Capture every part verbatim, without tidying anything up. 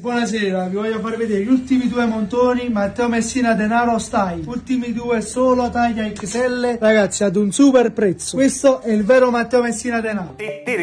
Buonasera, vi voglio far vedere gli ultimi due montoni Matteo Messina Denaro Style. Ultimi due solo taglia X L, ragazzi, ad un super prezzo. Questo è il vero Matteo Messina Denaro.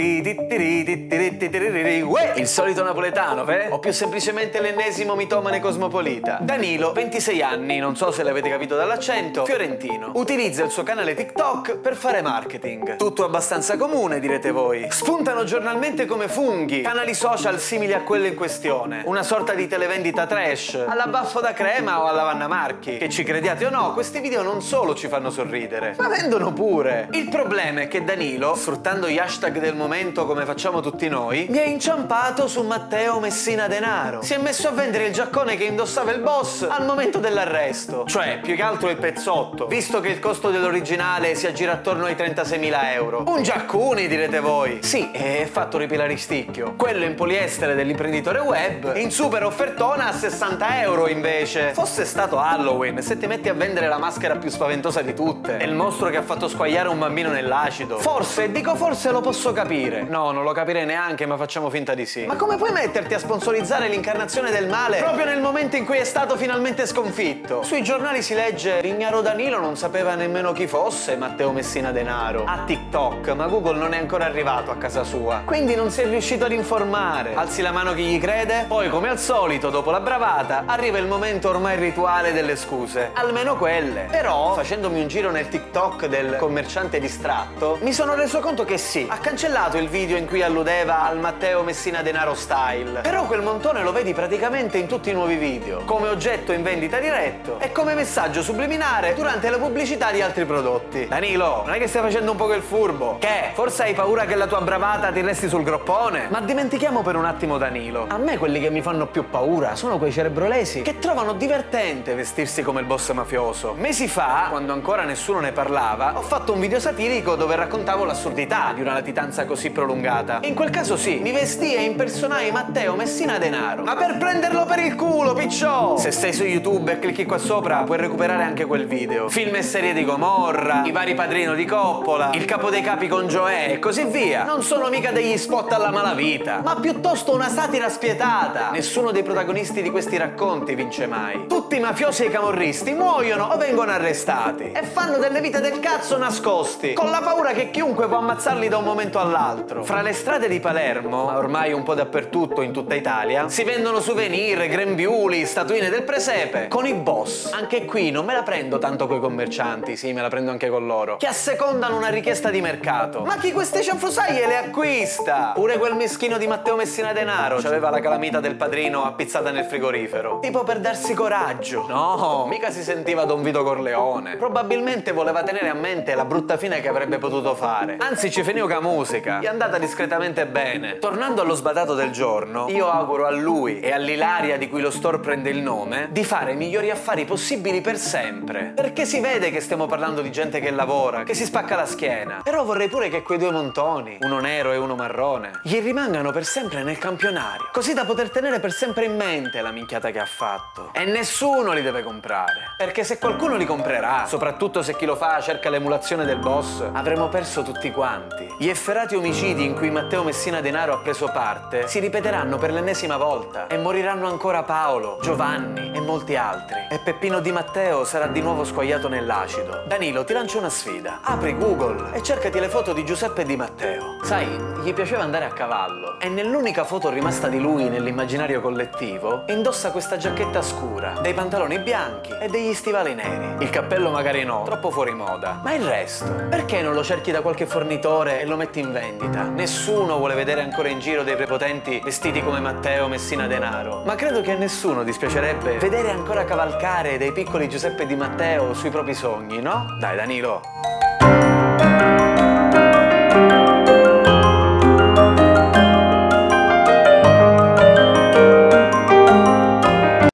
Il solito napoletano, eh? O più semplicemente l'ennesimo mitomane cosmopolita. Danilo, ventisei anni, non so se l'avete capito dall'accento, fiorentino. Utilizza il suo canale TikTok per fare marketing. Tutto abbastanza comune, direte voi. Spuntano giornalmente come funghi canali social simili a quello in questione. Una sorta di televendita trash, alla Baffo da Crema o alla Vanna Marchi. Che ci crediate o no, questi video non solo ci fanno sorridere, ma vendono pure. Il problema è che Danilo, sfruttando gli hashtag del momento come facciamo tutti noi, mi ha inciampato su Matteo Messina Denaro. Si è messo a vendere il giaccone che indossava il boss al momento dell'arresto. Cioè, più che altro il pezzotto, visto che il costo dell'originale si aggira attorno ai trentaseimila euro. Un giaccone, direte voi. Sì, è fatto ripilaristicchio. Quello in poliestere dell'imprenditore web, in super offertona a sessanta euro invece. Fosse stato Halloween, se ti metti a vendere la maschera più spaventosa di tutte, è il mostro che ha fatto squagliare un bambino nell'acido. Forse, dico forse, lo posso capire. No, non lo capirei neanche, ma facciamo finta di sì. Ma come puoi metterti a sponsorizzare l'incarnazione del male proprio nel momento in cui è stato finalmente sconfitto? Sui giornali si legge: Vignaro Danilo non sapeva nemmeno chi fosse Matteo Messina Denaro. A TikTok, ma Google non è ancora arrivato a casa sua, quindi non si è riuscito ad informare. Alzi la mano chi gli crede. Poi, come al solito, dopo la bravata, arriva il momento ormai rituale delle scuse. Almeno quelle. Però, facendomi un giro nel TikTok del commerciante distratto, mi sono reso conto che sì, ha cancellato il video in cui alludeva al Matteo Messina Denaro Style. Però quel montone lo vedi praticamente in tutti i nuovi video, come oggetto in vendita diretto e come messaggio subliminare durante la pubblicità di altri prodotti. Danilo, non è che stai facendo un poco il furbo? Che? Forse hai paura che la tua bravata ti resti sul groppone? Ma dimentichiamo per un attimo Danilo. A me quelli che mi fanno più paura sono quei cerebrolesi che trovano divertente vestirsi come il boss mafioso. Mesi fa, quando ancora nessuno ne parlava, ho fatto un video satirico dove raccontavo l'assurdità di una latitanza così prolungata. In quel caso sì, mi vestii e impersonai Matteo Messina Denaro, ma per prenderlo per il culo, picciò! Se sei su YouTube e clicchi qua sopra puoi recuperare anche quel video. Film e serie di Gomorra, i vari Padrino di Coppola, il capo dei capi con Joe e così via. Non sono mica degli spot alla malavita, ma piuttosto una satira spietata. Nessuno dei protagonisti di questi racconti vince mai. Tutti i mafiosi e i camorristi muoiono o vengono arrestati e fanno delle vite del cazzo nascosti, con la paura che chiunque può ammazzarli da un momento all'altro. Fra le strade di Palermo, ma ormai un po' dappertutto in tutta Italia, si vendono souvenir, grembiuli, statuine del presepe con i boss. Anche qui non me la prendo tanto coi commercianti, sì, me la prendo anche con loro, che assecondano una richiesta di mercato. Ma chi queste cianfrusaglie le acquista? Pure quel meschino di Matteo Messina Denaro c'aveva la calamita del padrino appizzata nel frigorifero, tipo per darsi coraggio. No, mica si sentiva Don Vito Corleone. Probabilmente voleva tenere a mente la brutta fine che avrebbe potuto fare. Anzi, ci finiuca musica, gli è andata discretamente bene. Tornando allo sbadato del giorno, io auguro a lui e all'Ilaria di cui lo store prende il nome di fare i migliori affari possibili per sempre, perché si vede che stiamo parlando di gente che lavora, che si spacca la schiena. Però vorrei pure che quei due montoni, uno nero e uno marrone, gli rimangano per sempre nel campionario, così da poter tenere per sempre in mente la minchiata che ha fatto. E nessuno li deve comprare, perché se qualcuno li comprerà, soprattutto se chi lo fa cerca l'emulazione del boss, avremo perso tutti quanti. Gli efferati omicidi in cui Matteo Messina Denaro ha preso parte si ripeteranno per l'ennesima volta e moriranno ancora Paolo, Giovanni e molti altri. E Peppino Di Matteo sarà di nuovo squagliato nell'acido. Danilo, ti lancio una sfida. Apri Google e cercati le foto di Giuseppe Di Matteo. Sai, gli piaceva andare a cavallo e nell'unica foto rimasta di lui nell'immaginario collettivo indossa questa giacchetta scura, dei pantaloni bianchi e degli stivali neri. Il cappello magari no, troppo fuori moda. Ma il resto? Perché non lo cerchi da qualche fornitore e lo metti in vendita? Nessuno vuole vedere ancora in giro dei prepotenti vestiti come Matteo Messina Denaro. Ma credo che a nessuno dispiacerebbe vedere ancora cavalcare dei piccoli Giuseppe Di Matteo sui propri sogni, no? Dai Danilo!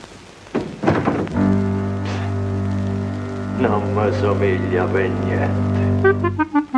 Non mi somiglia per niente.